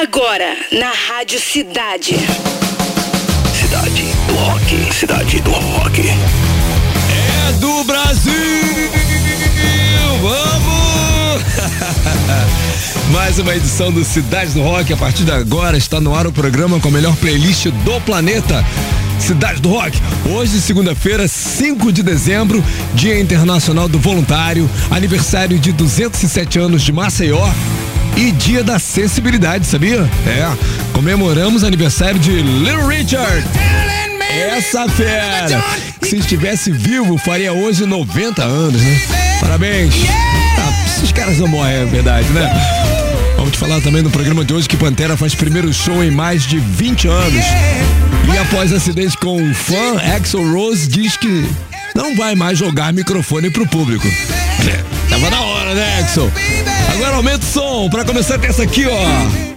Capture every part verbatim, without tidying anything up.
Agora, na Rádio Cidade. Cidade do Rock. Cidade do Rock. É do Brasil! Vamos! Mais uma edição do Cidade do Rock. A partir de agora está no ar o programa com a melhor playlist do planeta. Cidade do Rock. Hoje, segunda-feira, cinco de dezembro, Dia Internacional do Voluntário, aniversário de duzentos e sete anos de Maceió e Dia da Sensibilidade, sabia? É, comemoramos aniversário de Little Richard. Essa fera, que se estivesse vivo, faria hoje noventa anos, né? Parabéns. Ah, esses caras não morrem, é verdade, né? Vamos te falar também no programa de hoje que Pantera faz primeiro show em mais de vinte anos. E após acidente com um fã, Axl Rose diz que não vai mais jogar microfone pro público. É, tava na hora, né, Axl? Agora aumenta o som pra começar com essa aqui, ó.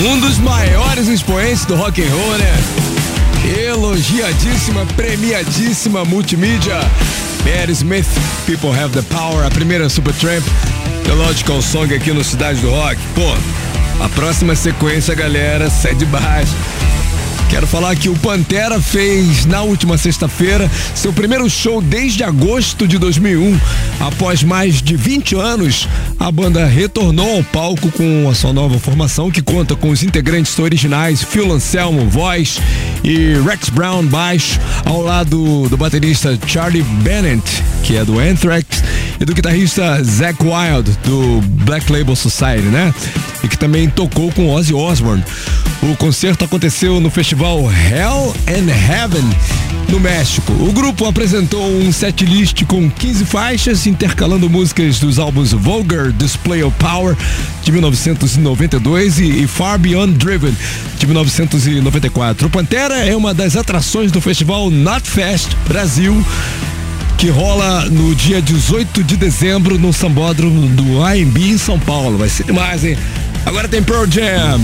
Um dos maiores expoentes do rock and roll, né? Elogiadíssima, premiadíssima multimídia. Patti Smith, People Have the Power, a primeira Supertramp, The Logical Song aqui no Cidade do Rock. Pô, a próxima sequência, galera, sai de baixo. Quero falar que o Pantera fez na última sexta-feira seu primeiro show desde agosto de dois mil e um. Após mais de vinte anos, a banda retornou ao palco com a sua nova formação, que conta com os integrantes originais Phil Anselmo, voz, e Rex Brown, baixo, ao lado do baterista Charlie Bennett, que é do Anthrax, e do guitarrista Zakk Wylde, do Black Label Society, né? E que também tocou com Ozzy Osbourne. O concerto aconteceu no festival Hell and Heaven, no México. O grupo apresentou um setlist com quinze faixas, intercalando músicas dos álbuns Vulgar Display of Power, de mil novecentos e noventa e dois, e Far Beyond Driven, de mil novecentos e noventa e quatro. O Pantera é uma das atrações do festival Knotfest Brasil, que rola no dia dezoito de dezembro no Sambódromo do A M B em São Paulo. Vai ser demais, hein? Agora tem Pearl Jam.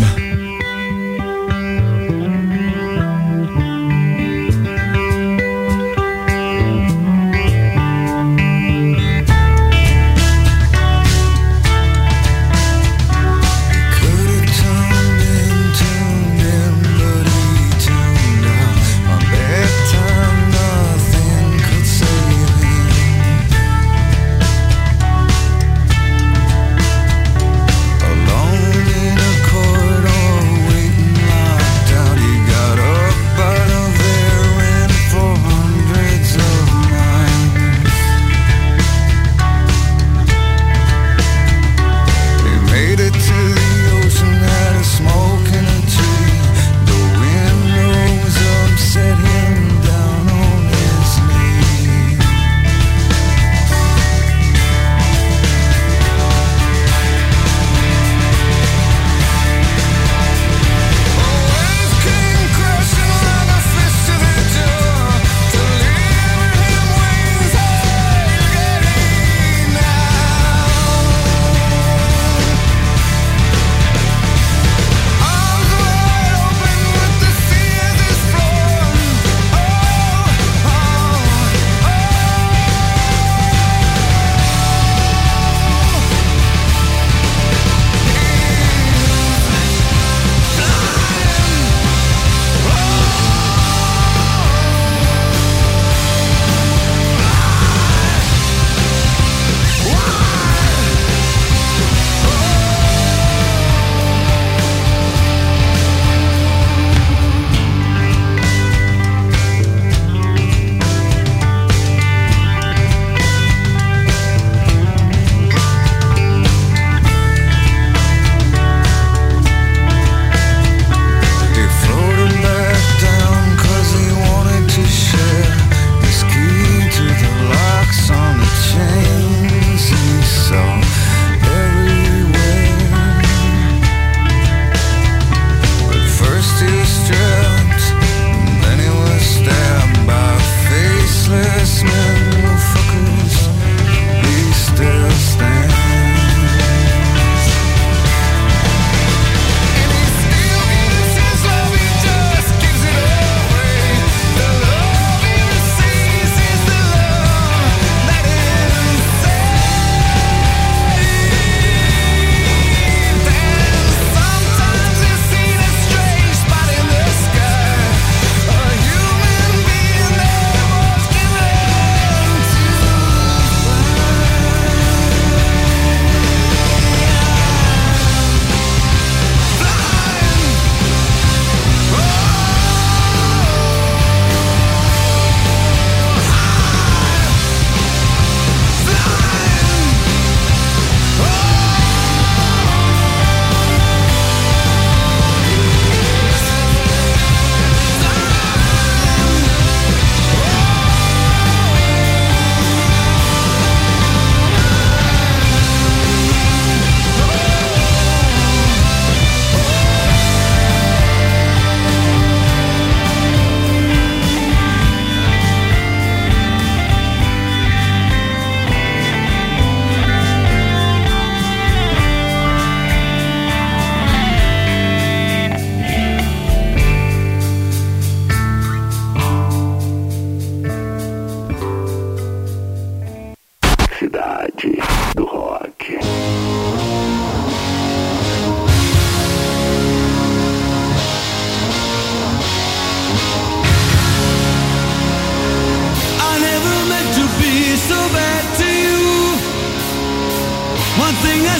Alone in a corridor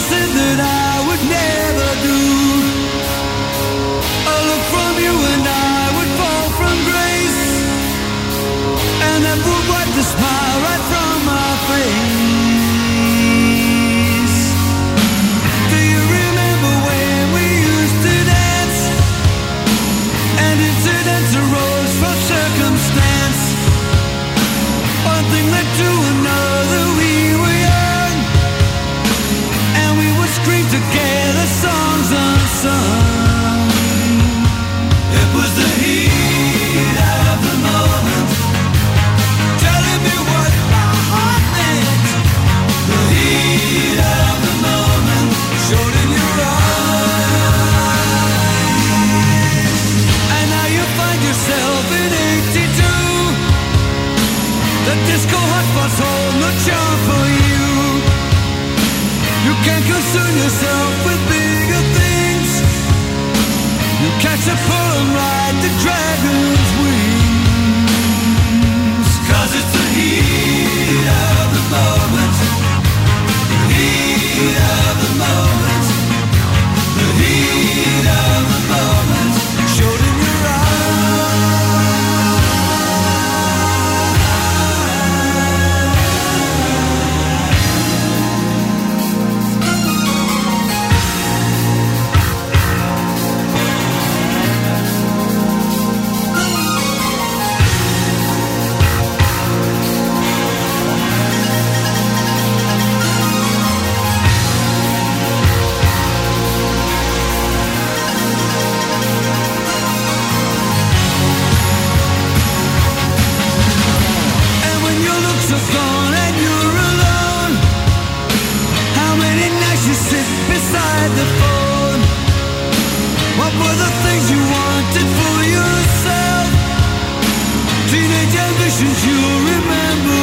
said that I would never do. A look from you and I would fall from grace, and that would wipe the smile right from my face. Do you remember when we used to dance, and incidents arose from circumstance? One thing led to another, we were young, and we would scream together songs unsung. It was the heat of the moment, telling me what my heart meant. The heat of the moment showed in your eyes. And now you find yourself in eighty-two. The disco hotspots hold no charm for you. You can't concern yourself with bigger things. You catch a pull and ride the dragon's wings. Cause it's the heat of the moment. The heat of the moment. The heat of the moment showed in your the phone. What were the things you wanted for yourself? Teenage ambitions you remember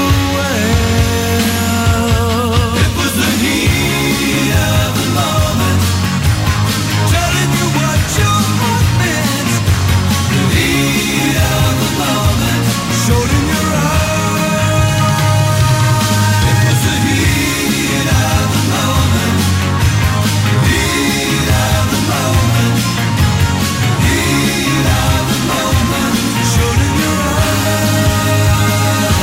well. It was the heat of the moment, telling you what your heart meant. The heat of the moment showed in your eyes. It was the heat of the moment. Heat of the moment, heat of the moment, showed in your eyes.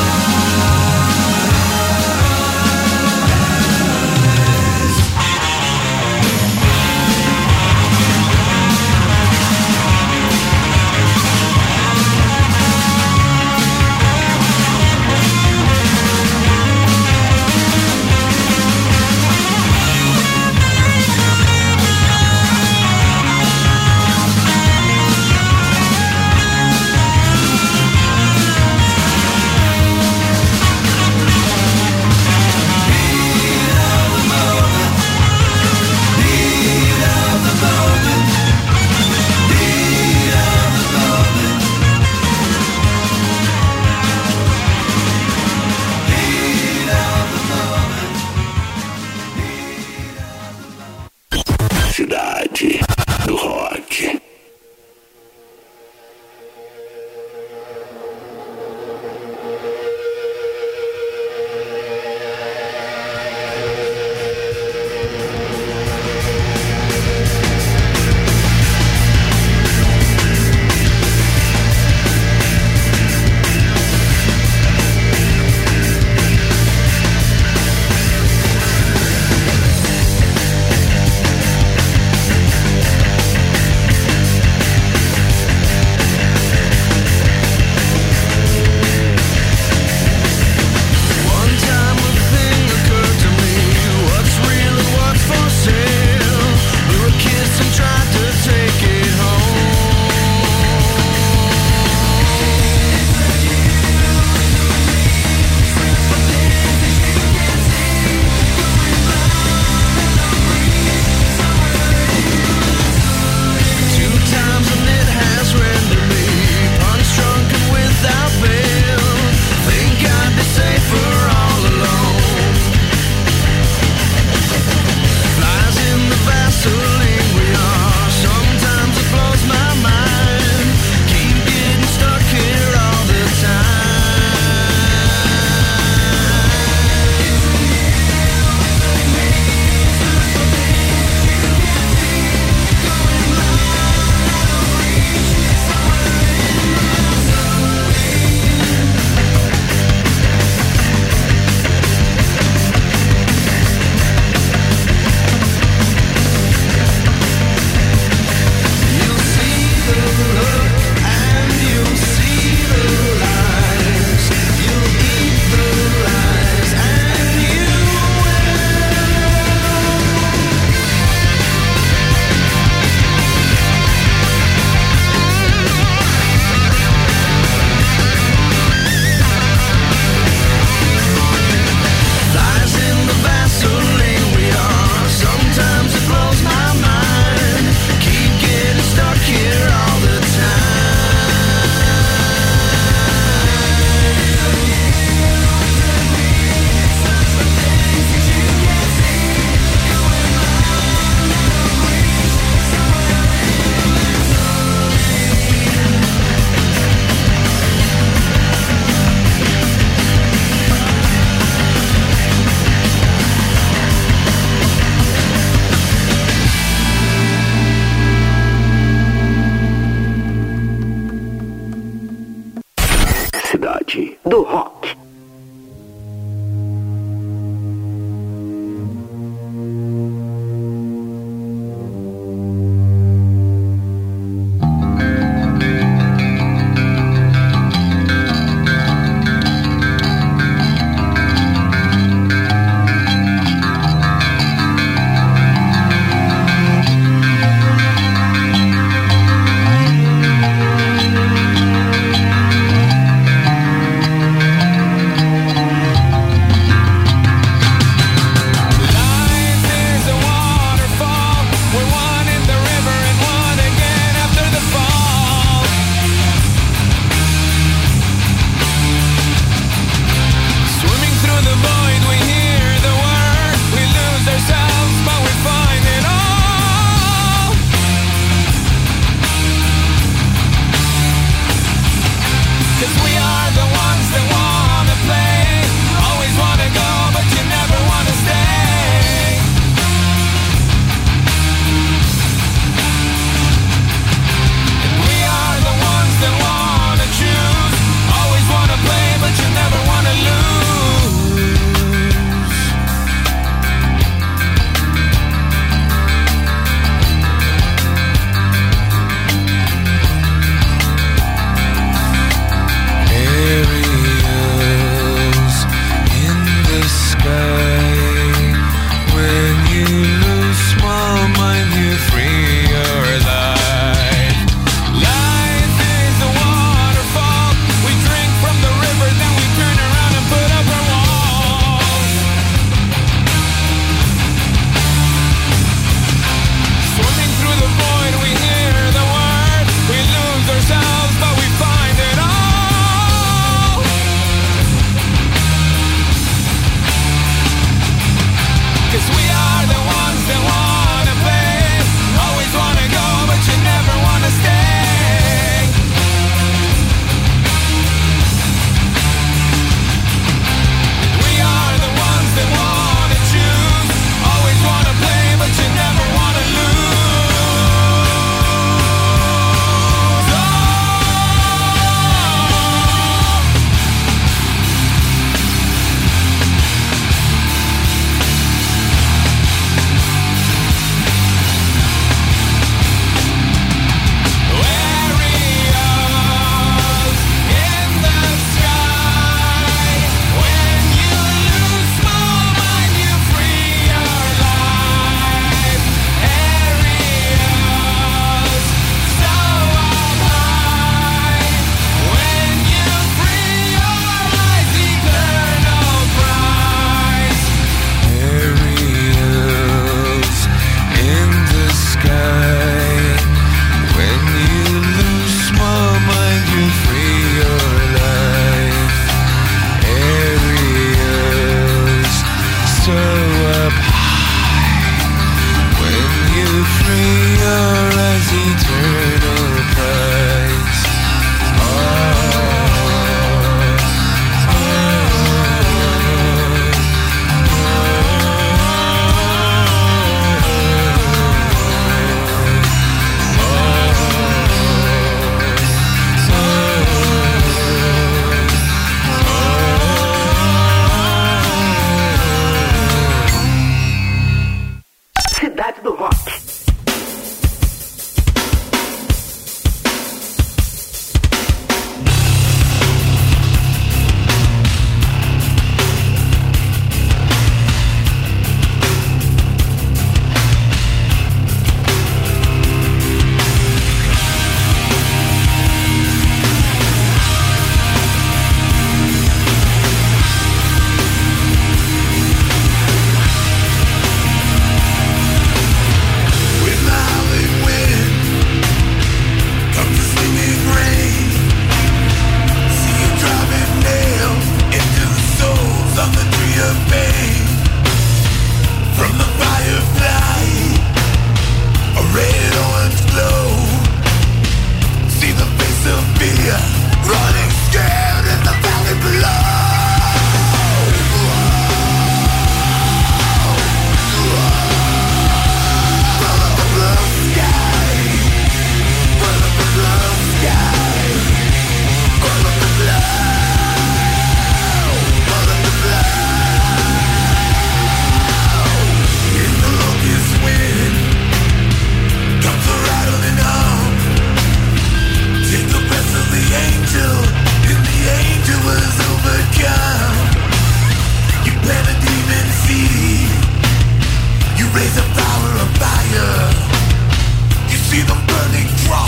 do Rock.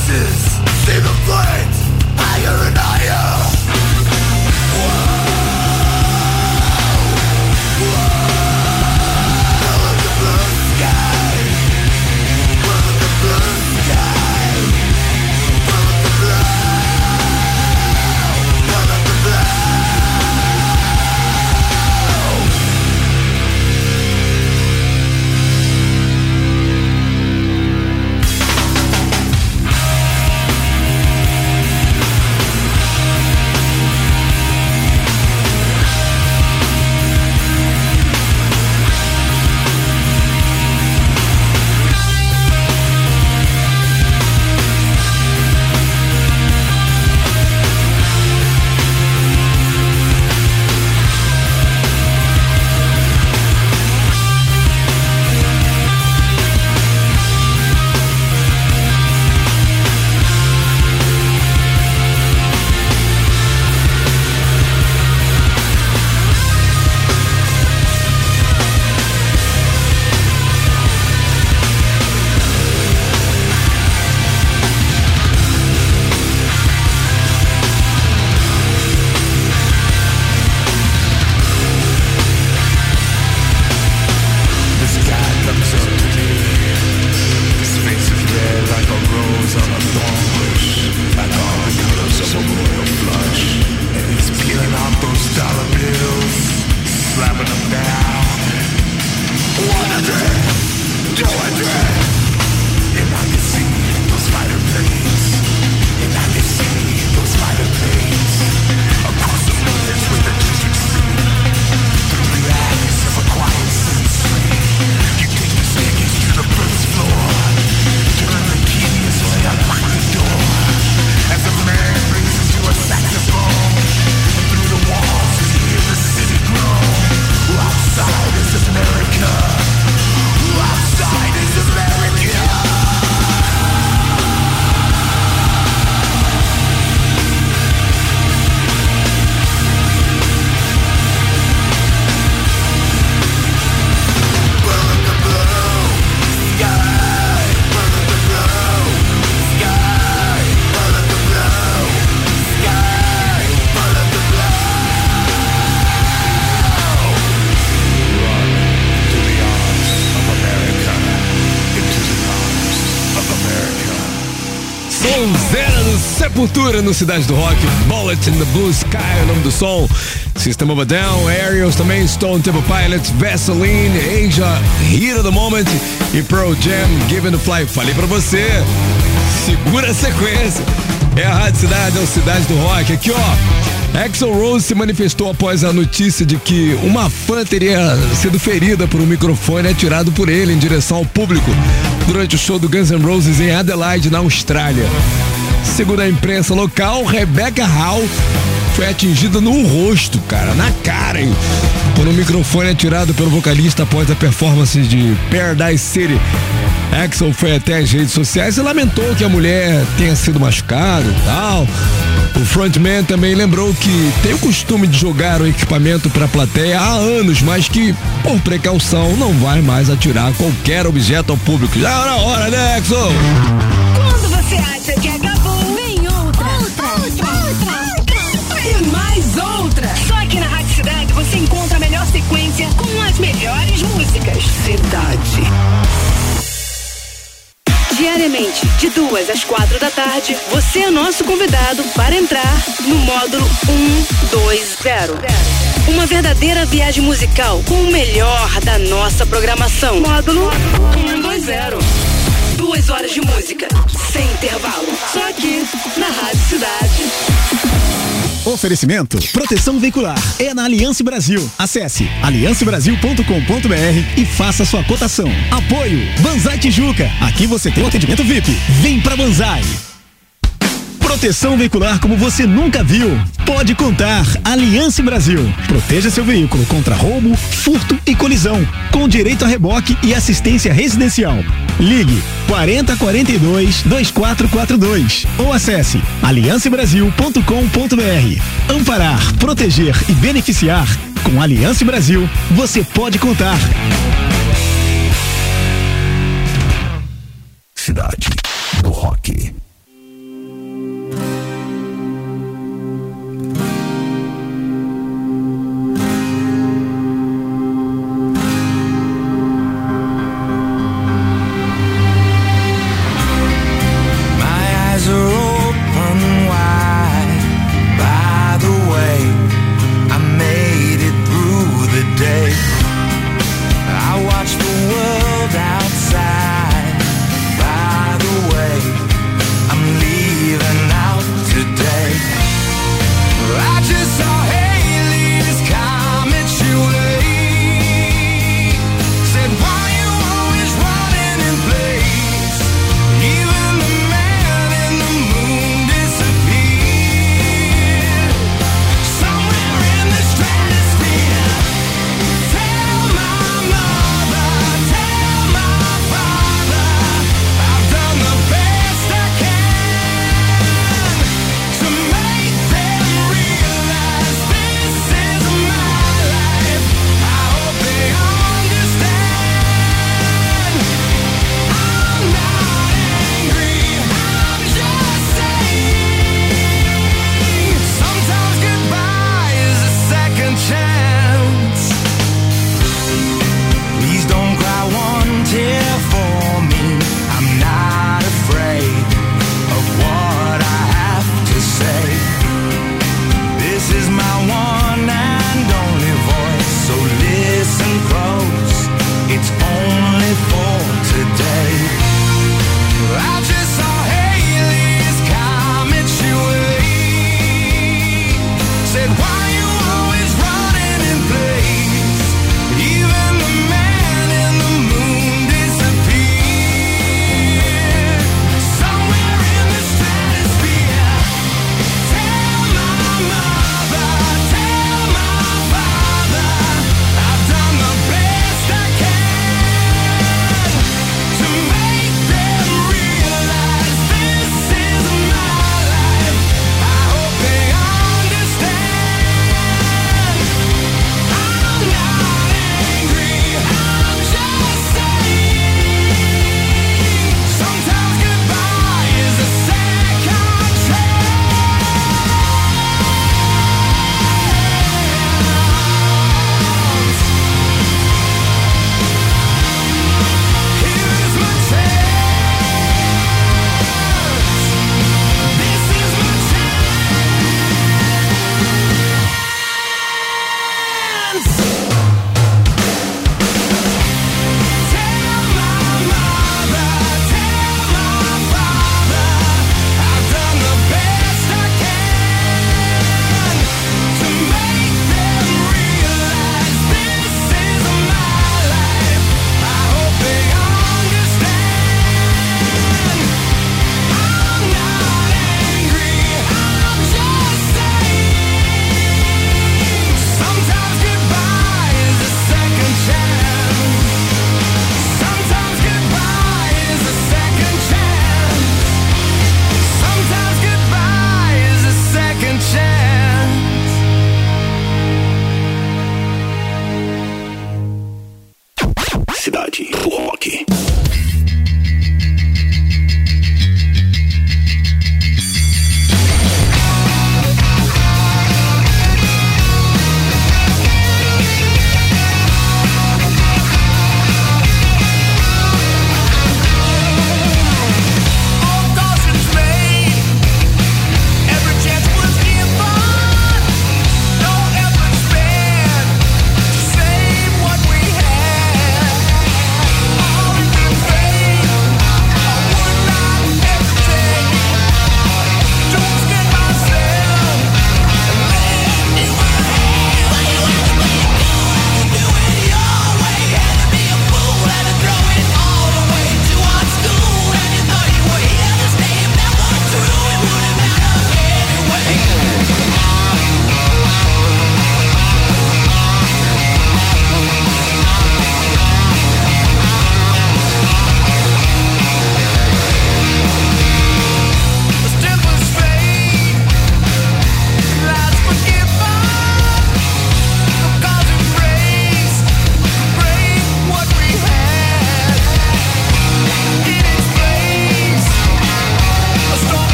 Sonzeira do Sepultura no Cidade do Rock, Bullet in the Blue Sky é o nome do som. System of a Down, Aerials também, Stone Temple Pilots, Vaseline, Asia, Heat of the Moment e Pearl Jam, Given to Fly. Falei pra você, segura a sequência. É a Rádio Cidade, é o Cidade do Rock. Aqui ó, Axl Rose se manifestou após a notícia de que uma fã teria sido ferida por um microfone atirado por ele em direção ao público durante o show do Guns N' Roses em Adelaide, na Austrália. Segundo a imprensa local, Rebecca Hall foi atingida no rosto, cara, na cara, hein, por um microfone atirado pelo vocalista após a performance de Paradise City. Axl foi até as redes sociais e lamentou que a mulher tenha sido machucada e tal. O frontman também lembrou que tem o costume de jogar o equipamento para a plateia há anos, mas que, por precaução, não vai mais atirar qualquer objeto ao público. Já era hora, né, Axl? Quando você acha que acabou, vem outra. Outra, outra, outra. E mais outra. Só aqui na Rádio Cidade você encontra a melhor sequência com as melhores músicas. Cidade. Diariamente, de duas às quatro da tarde, você é nosso convidado para entrar no módulo cento e vinte. Uma verdadeira viagem musical com o melhor da nossa programação. Módulo cento e vinte. Duas horas de música, sem intervalo. Só aqui, na Rádio Cidade. Oferecimento Proteção Veicular é na Aliança Brasil. Acesse aliança brasil ponto com ponto b r e faça sua cotação. Apoio Banzai Tijuca. Aqui você tem um atendimento V I P. Vem pra Banzai. Proteção veicular como você nunca viu. Pode contar. Aliança Brasil. Proteja seu veículo contra roubo, furto e colisão, com direito a reboque e assistência residencial. Ligue quarenta, quarenta e dois, vinte e quatro quarenta e dois ou acesse aliança brasil ponto com ponto b r. Amparar, proteger e beneficiar. Com Aliança Brasil, você pode contar. Cidade do Rock.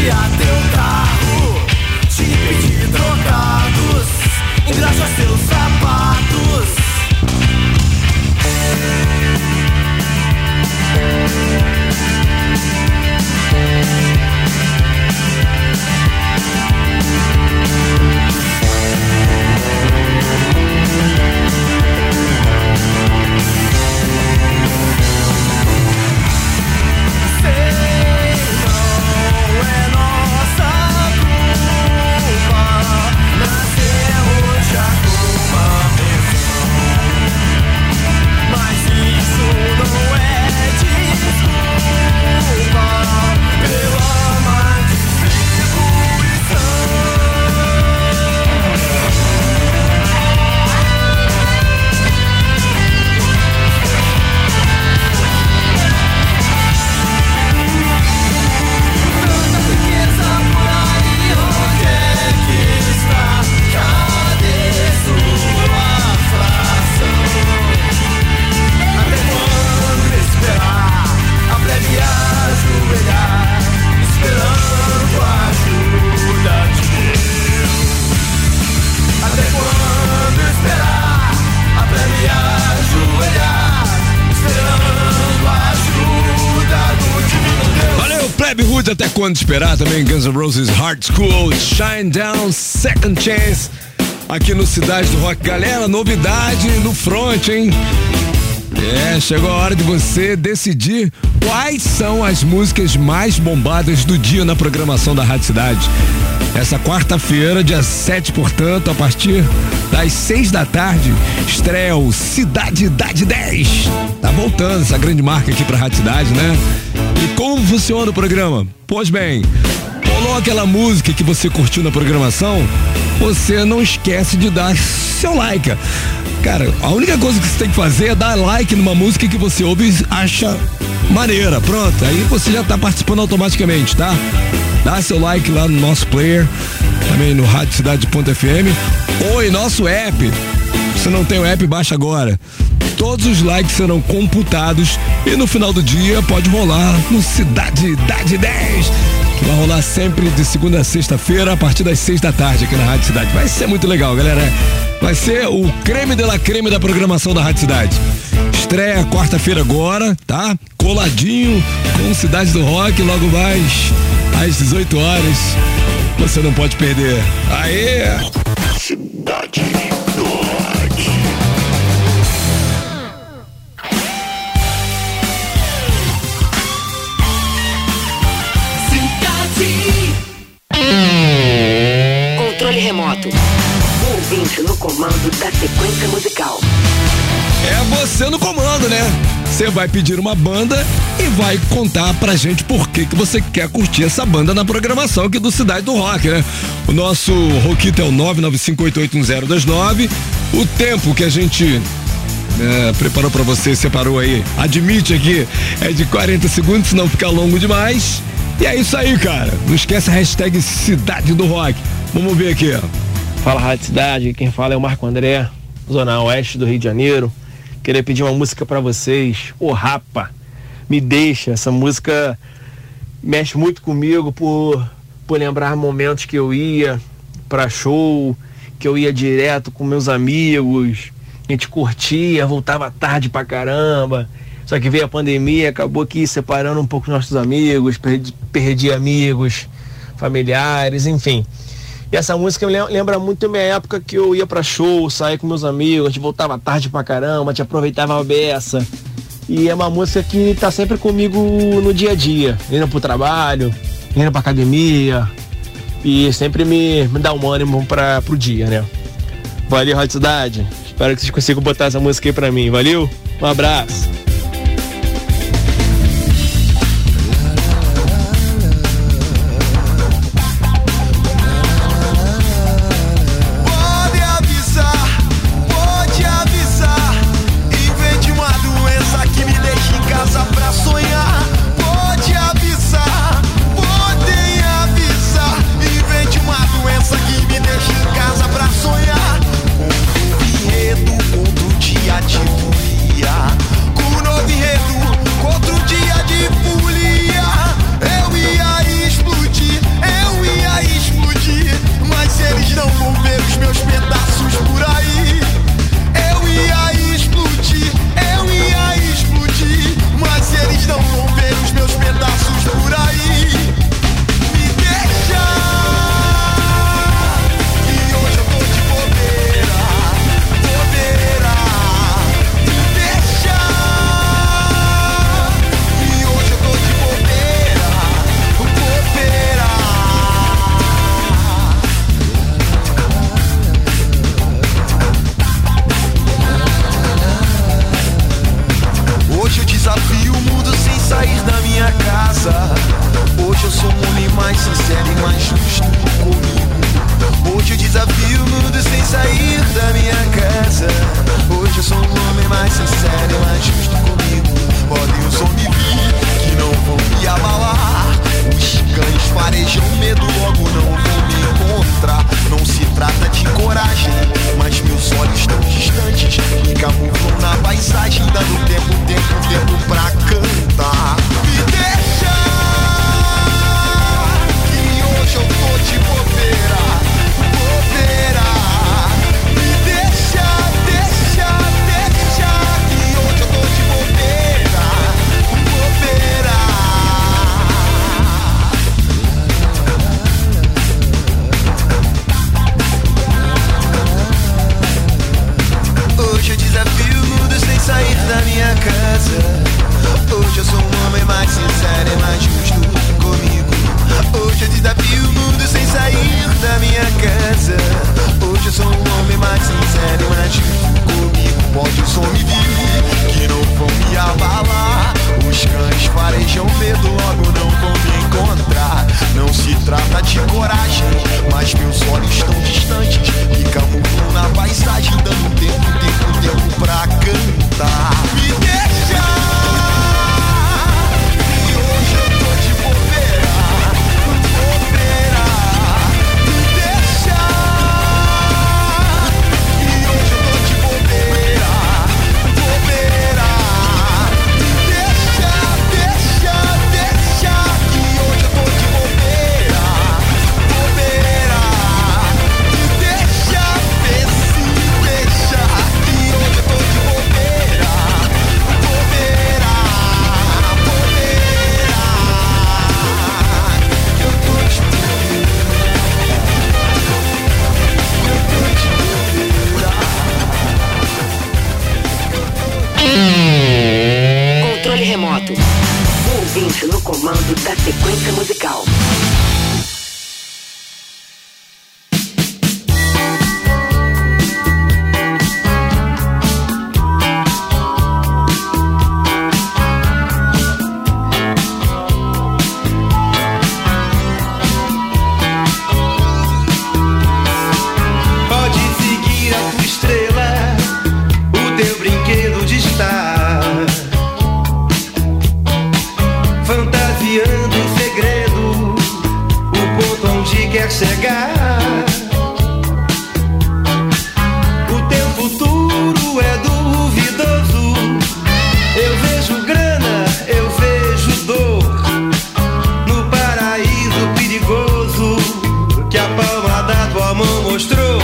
Desviar teu carro, te pedir trocados, engraxa seus sapatos. Até quando esperar também Guns N' Roses Hard School, Shine Down, Second Chance, aqui no Cidade do Rock. Galera, novidade no front, hein? É, chegou a hora de você decidir quais são as músicas mais bombadas do dia na programação da Rádio Cidade. Essa quarta-feira, dia sete, portanto, a partir das seis da tarde, estreia o Cidade Idade dez. Tá voltando essa grande marca aqui pra Rádio Cidade, né? E como funciona o programa? Pois bem, rolou aquela música que você curtiu na programação, você não esquece de dar seu like. Cara, a única coisa que você tem que fazer é dar like numa música que você ouve e acha maneira. Pronto, aí você já tá participando automaticamente, tá? Dá seu like lá no nosso player, também no rádio cidade ponto f m ou em nosso app. Se não tem o app, baixa agora. Todos os likes serão computados e no final do dia pode rolar no Cidade Idade dez, que vai rolar sempre de segunda a sexta-feira a partir das seis da tarde aqui na Rádio Cidade. Vai ser muito legal, galera. Vai ser o creme de la creme da programação da Rádio Cidade. Estreia quarta-feira agora, tá? Coladinho com Cidade do Rock, logo mais às dezoito horas. Você não pode perder. Aê! Cidade do Rock. Controle remoto. Ouvinte no comando da sequência musical. É você no comando, né? Você vai pedir uma banda e vai contar pra gente por que que você quer curtir essa banda na programação aqui do Cidade do Rock, né? O nosso Roquito é o nove nove cinco oito oito um zero dois nove. O tempo que a gente é, preparou pra você, separou aí, admite aqui, é de quarenta segundos, senão fica longo demais. E é isso aí, cara. Não esquece a hashtag Cidade do Rock. Vamos ver aqui, ó. Fala, Rádio Cidade. Quem fala é o Marco André, Zona Oeste do Rio de Janeiro. Queria pedir uma música pra vocês. Ô, Rapa, Me Deixa. Essa música mexe muito comigo por, por lembrar momentos que eu ia pra show, que eu ia direto com meus amigos. A gente curtia, voltava tarde pra caramba. Só que veio a pandemia, acabou aqui separando um pouco nossos amigos, perdi, perdi amigos, familiares, enfim. E essa música me lembra muito a minha época que eu ia pra show, saía com meus amigos, a gente voltava tarde pra caramba, a gente aproveitava a beça. E é uma música que tá sempre comigo no dia a dia, indo pro trabalho, indo pra academia, e sempre me, me dá um ânimo pra, pro dia, né? Valeu, Rádio Cidade. Espero que vocês consigam botar essa música aí pra mim. Valeu, um abraço. Conto de ativo, com quiser. Hoje eu sou um homem mais sincero e mais difícil comigo. Pode o som me vir, que não vão me abalar. Os cães farejam medo, logo não vão me encontrar. Não se trata de coragem, mas meus olhos estão distantes e camuflam na paisagem, dando tempo, tempo, tempo pra cantar. Me deixa, e hoje eu tô de bobeira, bobeira. Me deixa, e hoje eu tô de bobeira, bobeira. Me deixa, deixa, deixa, e hoje eu tô de bobeira, bobeira. Me deixa, vê se deixa, e hoje eu tô de bobeira, bobeira, bobeira. Eu tô de bobeira, eu tô de bobeira. Controle remoto. Um ouvinte no comando da sequência musical. Pode seguir a tua estrela, o teu brinquedo de estar fantasiando em segredo o ponto onde quer chegar. O teu futuro é duvidoso. Eu vejo grana, eu vejo dor no paraíso perigoso que a palma da tua mão mostrou.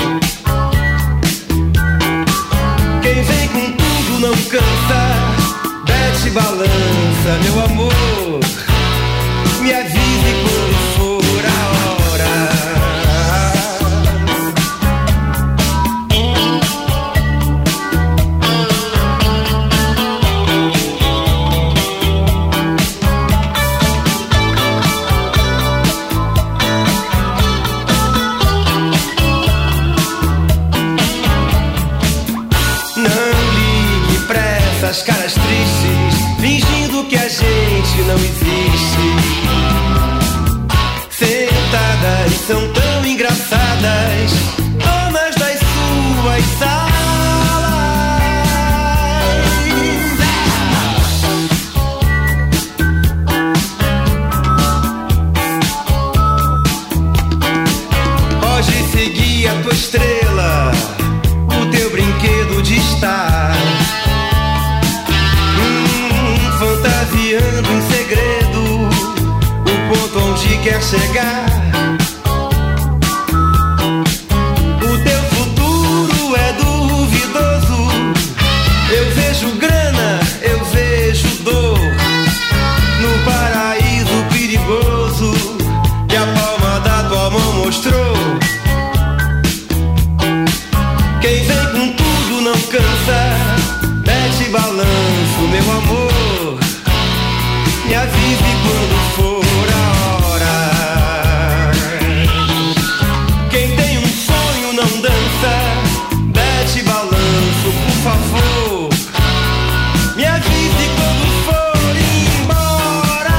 Quem vem com tudo não cansa, desce e balança, meu amor. Me avise quando for a hora. Não ligue pra essas caras tristes, fingindo que a gente não existe. Sentadas são tão engraçadas, donas das suas salas. Pode seguir a tua estrela, o teu brinquedo de estar hum, fantasiando em segredo o ponto onde quer chegar. O teu futuro é duvidoso. Eu vejo grana, eu vejo dor no paraíso perigoso que a palma da tua mão mostrou. Quem vem com tudo não cansa, mete balanço, meu amor. Me avise quando for a hora. Quem tem um sonho não dança, mete balanço, por favor. Me avise quando for embora.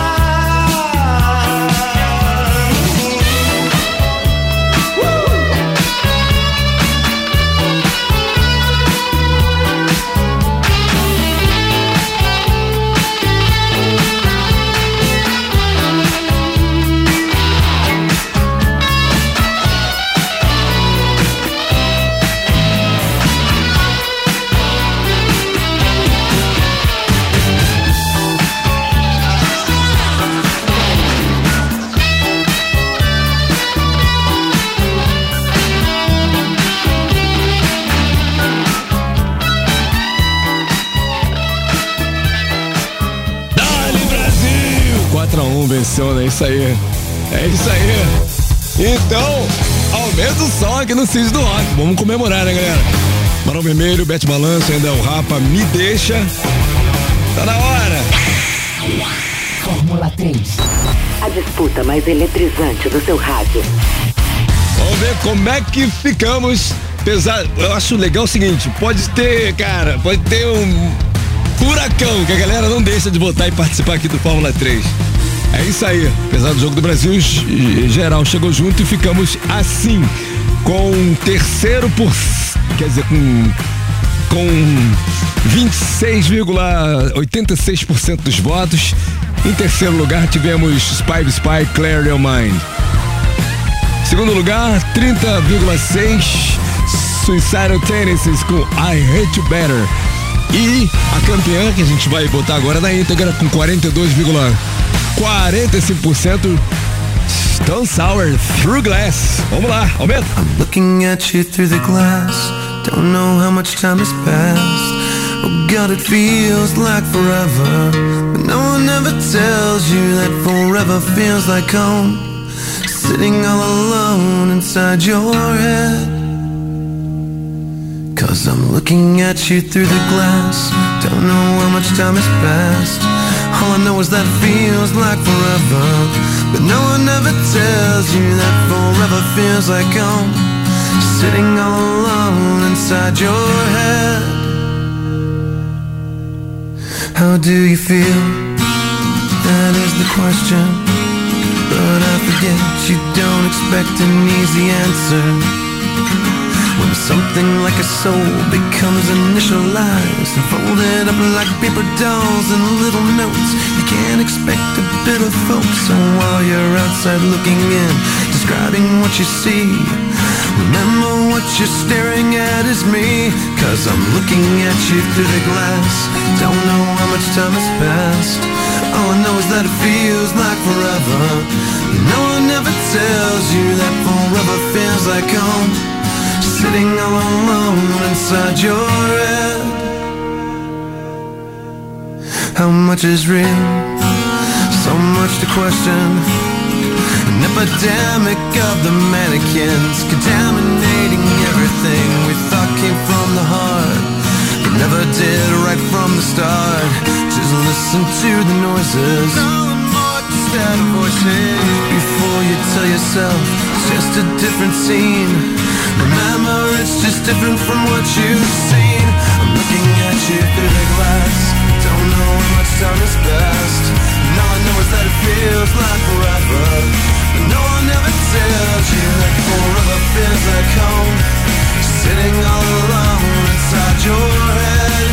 quatro a um venceu, né? Isso aí. É isso aí. Então, aumenta o som aqui no Cis do Rock. Vamos comemorar, né, galera? Barão Vermelho, Bete Balanço, ainda é o Rapa, Me Deixa. Tá na hora. Fórmula três. A disputa mais eletrizante do seu rádio. Vamos ver saber como é que ficamos. Apesar, eu acho legal o seguinte, pode ter, cara, pode ter um furacão, que a galera não deixa de votar e participar aqui do Fórmula três. É isso aí, apesar do Jogo do Brasil, geral chegou junto e ficamos assim, com terceiro por, quer dizer, com, com vinte e seis vírgula oitenta e seis por cento dos votos. Em terceiro lugar tivemos Spy Spy, Clear Your Mind. Segundo lugar, trinta vírgula seis por cento Suicidal Tendencies com I Hate You Better. E a campeã, que a gente vai botar agora na íntegra, com quarenta e dois vírgula quarenta e cinco por cento Stone Sour, Through Glass. Vamos lá, aumenta. I'm looking at you through the glass. Don't know how much time has passed. Oh God, it feels like forever. But no one ever tells you that forever feels like home. Sitting all alone inside your head. Cause I'm looking at you through the glass. Don't know how much time has passed. All I know is that it feels like forever. But no one ever tells you that forever feels like home. Sitting all alone inside your head. How do you feel? That is the question. But I forget you don't expect an easy answer. When something like a soul becomes initialized and folded up like paper dolls and little notes, you can't expect a bit of folks. So while you're outside looking in, describing what you see, remember what you're staring at is me. Cause I'm looking at you through the glass. Don't know how much time has passed. All I know is that it feels like forever. No one ever tells you that forever feels like home. Sitting all alone inside your head. How much is real? So much to question. An epidemic of the mannequins, contaminating everything we thought came from the heart, but never did right from the start. Just listen to the noises, no more static voices. Before you tell yourself it's just a different scene, remember it's just different from what you've seen. I'm looking at you through the glass. Don't know how much time has passed. And all I know is that it feels like forever. But no one ever tells you that forever feels like home. Sitting all alone inside your head.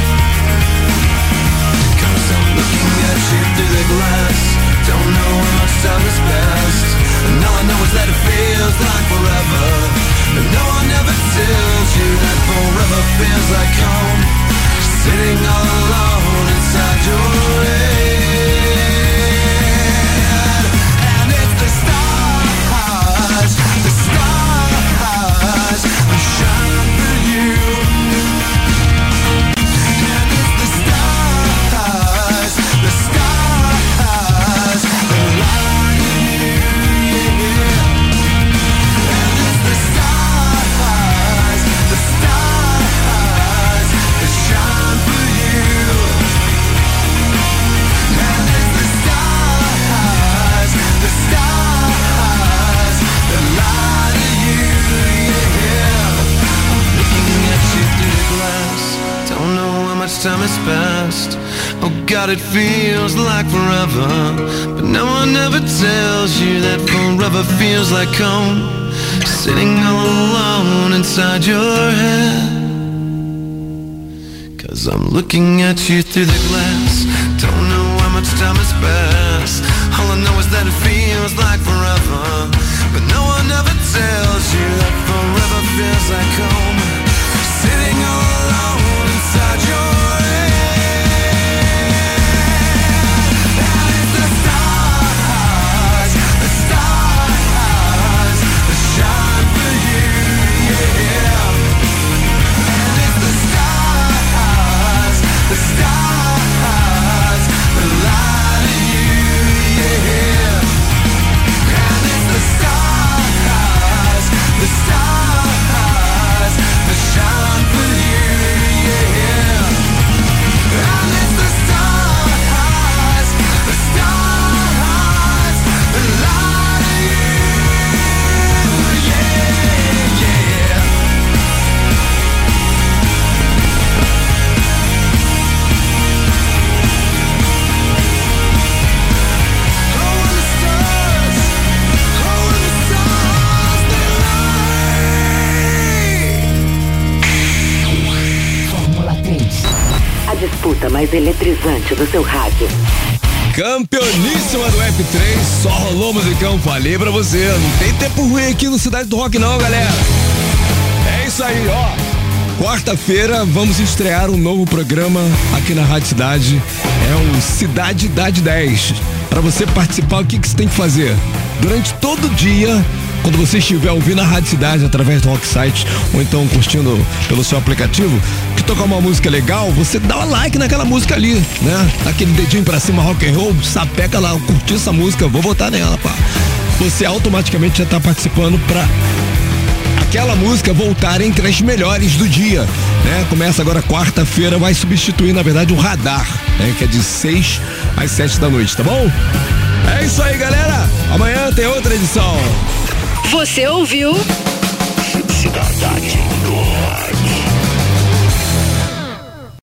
Cause I'm looking at you through the glass. Don't know how much time has passed. And all I know is that it feels like forever. But no one ever tells you that forever feels like home. Sitting all alone inside your head. And it's the stars, the stars that shine for you. And it's the stars, the stars that light you, yeah. And it's the stars, the stars that shine for you. And it's the stars, the stars that light you, yeah. I'm looking at you through the glass. Don't know how much time has passed. Oh God, it feels like forever. But no one ever tells you that forever feels like home. Sitting all alone inside your head. Cause I'm looking at you through the glass. Don't know how much time has passed. All I know is that it feels like forever. But no one ever tells you that forever feels like home. Sitting all alone inside your head. And it's the stars, the stars that shine for you, yeah. And it's the stars, the stars that light you, yeah. And it's the stars. mais eletrizante do seu rádio. Campeoníssima do F três, só rolou musicão, falei pra você, não tem tempo ruim aqui no Cidade do Rock não, galera. É isso aí, ó. Quarta-feira vamos estrear um novo programa aqui na Rádio Cidade, é o Cidade Idade dez. Para você participar, o que, que você tem que fazer? Durante todo o dia, quando você estiver ouvindo a Rádio Cidade através do Rock Site ou então curtindo pelo seu aplicativo, que tocar uma música legal, você dá um like naquela música ali, né? Aquele dedinho pra cima, rock and roll, sapeca lá, curtir essa música, vou votar nela, pá. Você automaticamente já tá participando pra aquela música voltar entre as melhores do dia, né? Começa agora quarta-feira, vai substituir, na verdade, o Radar, né? Que é de seis às sete da noite, tá bom? É isso aí, galera. Amanhã tem outra edição. Você ouviu? Cidade do Rock.